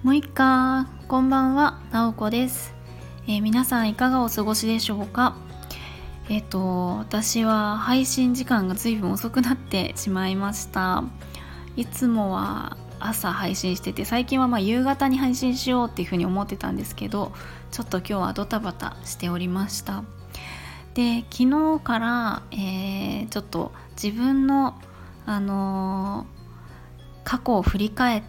もういっか、こんばんは、なおこです。皆さんいかがお過ごしでしょうか。私は配信時間が随分遅くなってしまいました。いつもは朝配信してて、最近は夕方に配信しようっていうふうに思ってたんですけど、ちょっと今日はドタバタしておりました。で、昨日から、ちょっと自分の、過去を振り返って、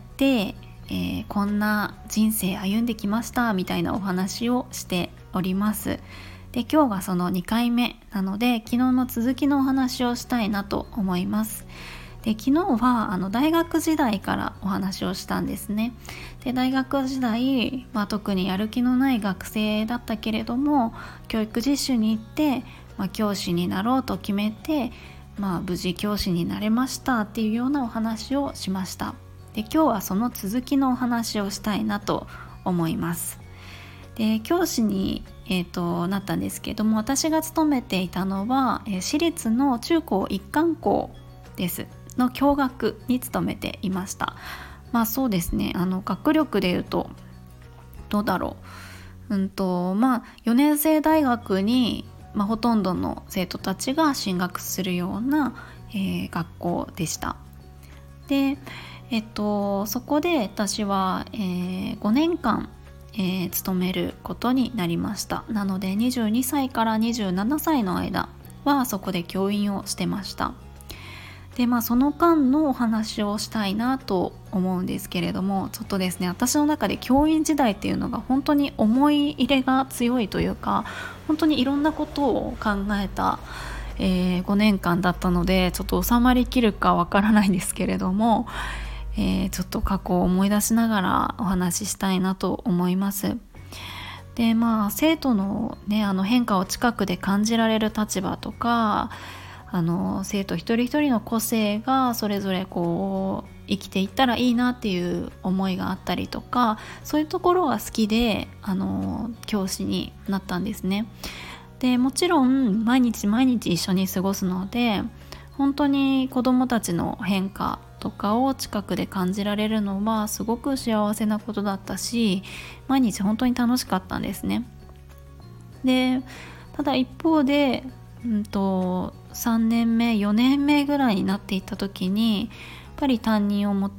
こんな人生歩んできましたみたいなお話をしております。で、今日がその2回目なので、昨日の続きのお話をしたいなと思います。で、昨日は大学時代からお話をしたんですね。で、大学時代、特にやる気のない学生だったけれども、教育実習に行って、教師になろうと決めて、無事教師になれましたっていうようなお話をしました。で、今日はその続きのお話をしたいなと思います。で、教師に、なったんですけども、私が勤めていたのは、私立の中高一貫校ですの教学に勤めていました。そうですね、学力でいうとどうだろう、4年生大学に、ほとんどの生徒たちが進学するような、学校でした。で、そこで私は、5年間、勤めることになりました。なので22歳から27歳の間はそこで教員をしてました。で、その間のお話をしたいなと思うんですけれども、ちょっとですね、私の中で教員時代っていうのが本当に思い入れが強いというか、本当にいろんなことを考えた、5年間だったので、ちょっと収まりきるかわからないんですけれども、ちょっと過去を思い出しながらお話ししたいなと思います。で、生徒のね、変化を近くで感じられる立場とか、生徒一人一人の個性がそれぞれこう生きていったらいいなっていう思いがあったりとか、そういうところが好きで教師になったんですね。で、もちろん毎日毎日一緒に過ごすので、本当に子どもたちの変化とかを近くで感じられるのはすごく幸せなことだったし、毎日本当に楽しかったんですね。で、ただ一方で、3年目4年目ぐらいになっていった時に、やっぱり担任を持って、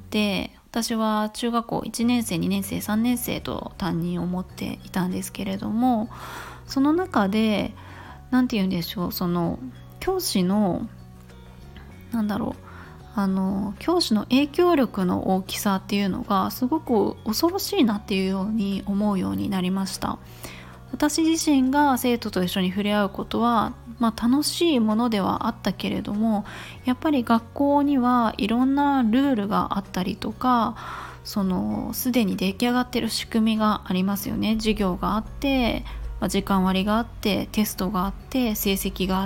私は中学校1年生2年生3年生と担任を持っていたんですけれども、その中でなんて言うんでしょう、その教師の教師の影響力の大きさっていうのがすごく恐ろしいなっていうように思うようになりました。私自身が生徒と一緒に触れ合うことは、楽しいものではあったけれども、やっぱり学校にはいろんなルールがあったりとか、すでに出来上がっている仕組みがありますよね。授業があって、時間割があって、テストがあって、成績があって、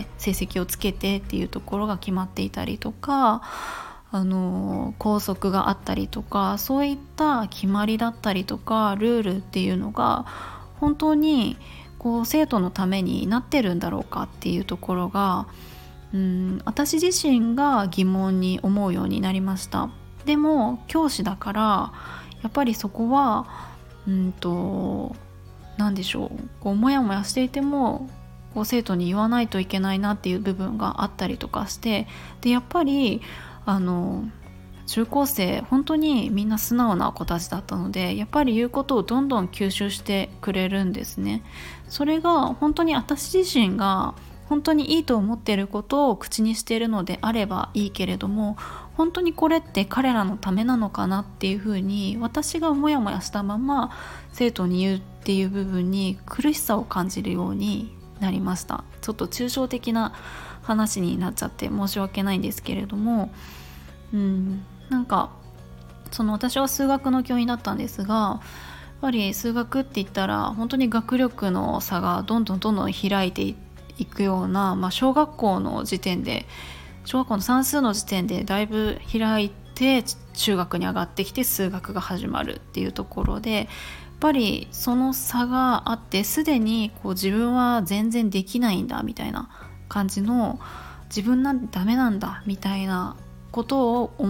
成績をつけてっていうところが決まっていたりとか、校則があったりとか、そういった決まりだったりとかルールっていうのが本当にこう生徒のためになってるんだろうかっていうところが、私自身が疑問に思うようになりました。でも教師だからやっぱりそこはなんでしょう、こうモヤモヤしていてもこう生徒に言わないといけないなっていう部分があったりとかして、でやっぱり中高生本当にみんな素直な子たちだったので、やっぱり言うことをどんどん吸収してくれるんですね。それが本当に私自身が本当にいいと思っていることを口にしているのであればいいけれども、本当にこれって彼らのためなのかなっていうふうに私がモヤモヤしたまま生徒に言うっていう部分に苦しさを感じるようになりました。ちょっと抽象的な話になっちゃって申し訳ないんですけれども、私は数学の教員だったんですが、やっぱり数学って言ったら本当に学力の差がどんどん開いていくような、小学校の算数の時点でだいぶ開いて中学に上がってきて数学が始まるっていうところで、やっぱりその差があって、すでにこう自分は全然できないんだみたいな感じの、自分なんてダメなんだみたいなことを思っ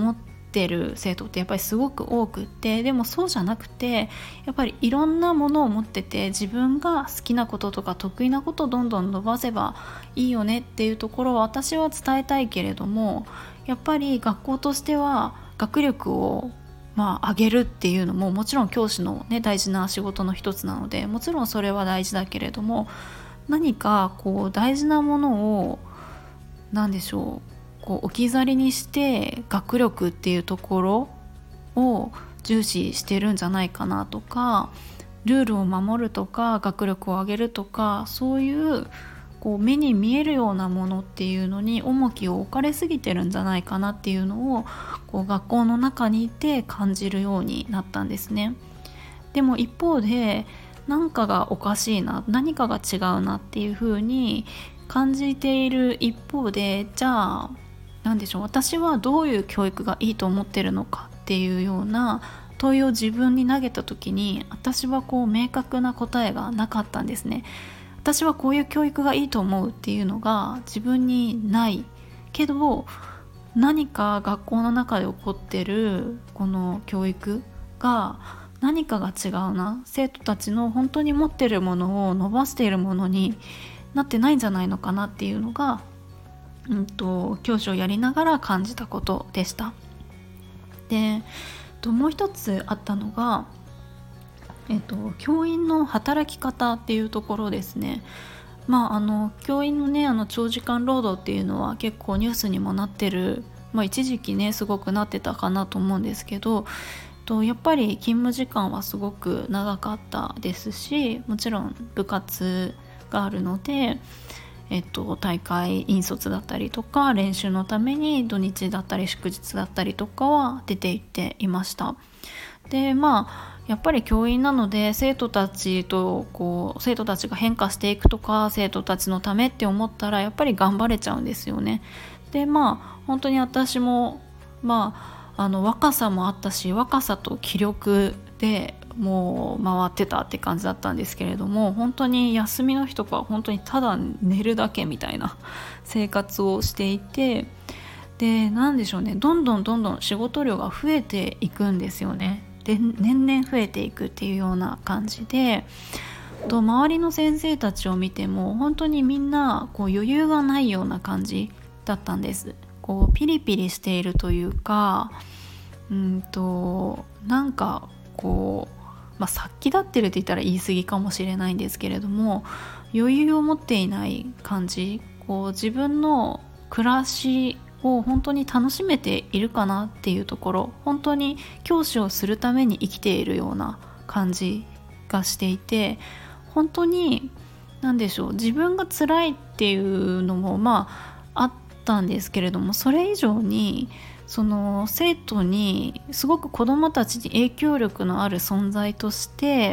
てる生徒ってやっぱりすごく多くって、でもそうじゃなくてやっぱりいろんなものを持ってて、自分が好きなこととか得意なことをどんどん伸ばせばいいよねっていうところを私は伝えたいけれども、やっぱり学校としては学力を上げるっていうのももちろん教師のね大事な仕事の一つなので、もちろんそれは大事だけれども、何かこう大事なものを何でしょう、こう置き去りにして学力っていうところを重視してるんじゃないかなとか、ルールを守るとか学力を上げるとか、そういうこう目に見えるようなものっていうのに重きを置かれすぎてるんじゃないかなっていうのをこう学校の中にいて感じるようになったんですね。でも一方で何かがおかしいな、何かが違うなっていう風に感じている一方で、じゃあ何でしょう、私はどういう教育がいいと思ってるのかっていうような問いを自分に投げた時に、私はこう明確な答えがなかったんですね。私はこういう教育がいいと思うっていうのが自分にないけど、何か学校の中で起こってるこの教育が何かが違うな、生徒たちの本当に持ってるものを伸ばしているものになってないんじゃないのかなっていうのが、教師をやりながら感じたことでした。で、もう一つあったのが、教員の働き方っていうところですね。教員のね長時間労働っていうのは結構ニュースにもなってる、一時期ねすごくなってたかなと思うんですけど、やっぱり勤務時間はすごく長かったですし、もちろん部活があるので、大会引率だったりとか練習のために土日だったり祝日だったりとかは出て行っていました。でやっぱり教員なので生徒たちが変化していくとか、生徒たちのためって思ったらやっぱり頑張れちゃうんですよね。で本当に私も若さもあったし、若さと気力でもう回ってたって感じだったんですけれども、本当に休みの日とか本当にただ寝るだけみたいな生活をしていて、でなんでしょうね、どんどん仕事量が増えていくんですよね。で年々増えていくっていうような感じで、周りの先生たちを見ても本当にみんなこう余裕がないような感じだったんです。こうピリピリしているというか、なんかこう殺気立ってるって言ったら言い過ぎかもしれないんですけれども、余裕を持っていない感じ、こう自分の暮らしを本当に楽しめているかなっていうところ、本当に教師をするために生きているような感じがしていて、本当に何でしょう、自分が辛いっていうのもあったんですけれども、それ以上にその生徒にすごく子どもたちに影響力のある存在として、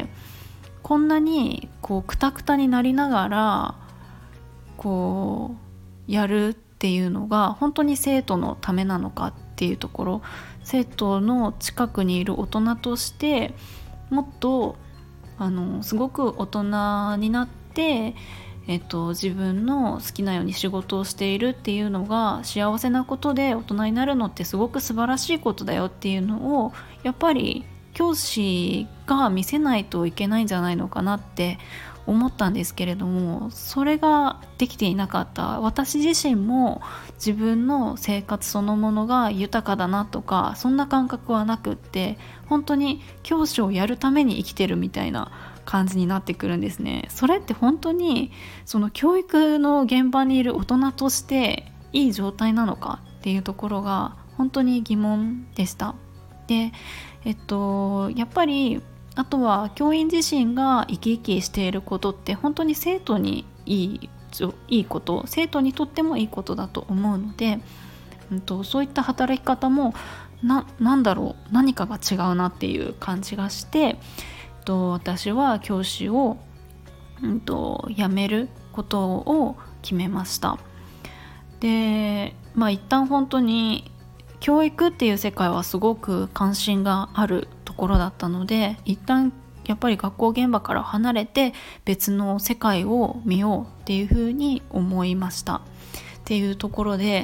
こんなにこうクタクタになりながらこうやるっていうのが本当に生徒のためなのかっていうところ、生徒の近くにいる大人としてもっとすごく大人になって自分の好きなように仕事をしているっていうのが幸せなことで、大人になるのってすごく素晴らしいことだよっていうのをやっぱり教師が見せないといけないんじゃないのかなって思ったんですけれども、それができていなかった。私自身も自分の生活そのものが豊かだなとかそんな感覚はなくって、本当に教師をやるために生きてるみたいな感じになってくるんですね。それって本当にその教育の現場にいる大人としていい状態なのかっていうところが本当に疑問でした。で、やっぱりあとは教員自身が生き生きしていることって本当に生徒にいいこと、生徒にとってもいいことだと思うので、そういった働き方もなんだろう、何かが違うなっていう感じがして、私は教師を、辞めることを決めました。で、一旦本当に教育っていう世界はすごく関心があるところだったので、一旦やっぱり学校現場から離れて別の世界を見ようっていうふうに思いましたっていうところで、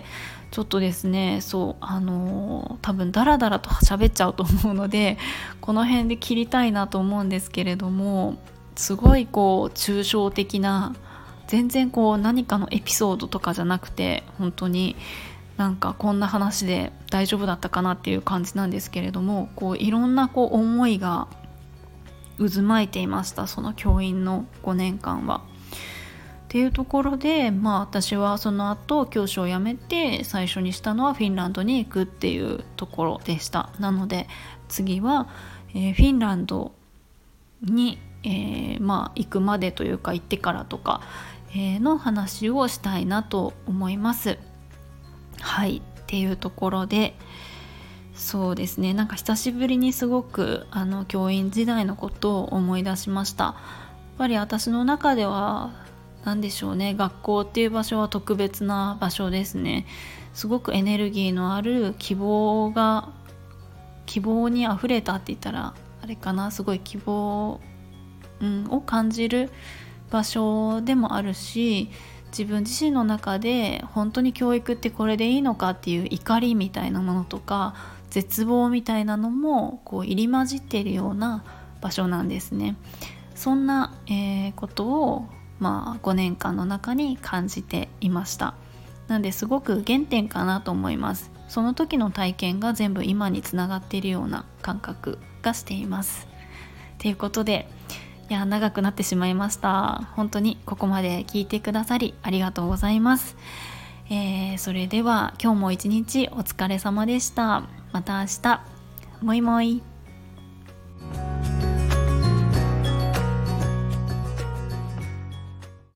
ちょっとですね、多分ダラダラと喋っちゃうと思うので、この辺で切りたいなと思うんですけれども、すごい抽象的な、全然何かのエピソードとかじゃなくて、本当になんかこんな話で大丈夫だったかなっていう感じなんですけれども、いろんな思いが渦巻いていました、その教員の5年間は。っていうところで、私はその後教師を辞めて最初にしたのはフィンランドに行くっていうところでした。なので次は、フィンランドに、行くまでというか行ってからとか、の話をしたいなと思います。はいっていうところで、そうですね、なんか久しぶりにすごく教員時代のことを思い出しました。やっぱり私の中ではなんでしょうね、学校っていう場所は特別な場所ですね。すごくエネルギーのある希望にあふれたって言ったらあれかな、すごい希望、を感じる場所でもあるし、自分自身の中で本当に教育ってこれでいいのかっていう怒りみたいなものとか絶望みたいなのも入り混じっているような場所なんですね。そんな、ことを5年間の中に感じていました。なんですごく原点かなと思います。その時の体験が全部今につながっているような感覚がしています。ということで、長くなってしまいました。本当にここまで聞いてくださりありがとうございます。それでは今日も一日お疲れ様でした。また明日。もいもい。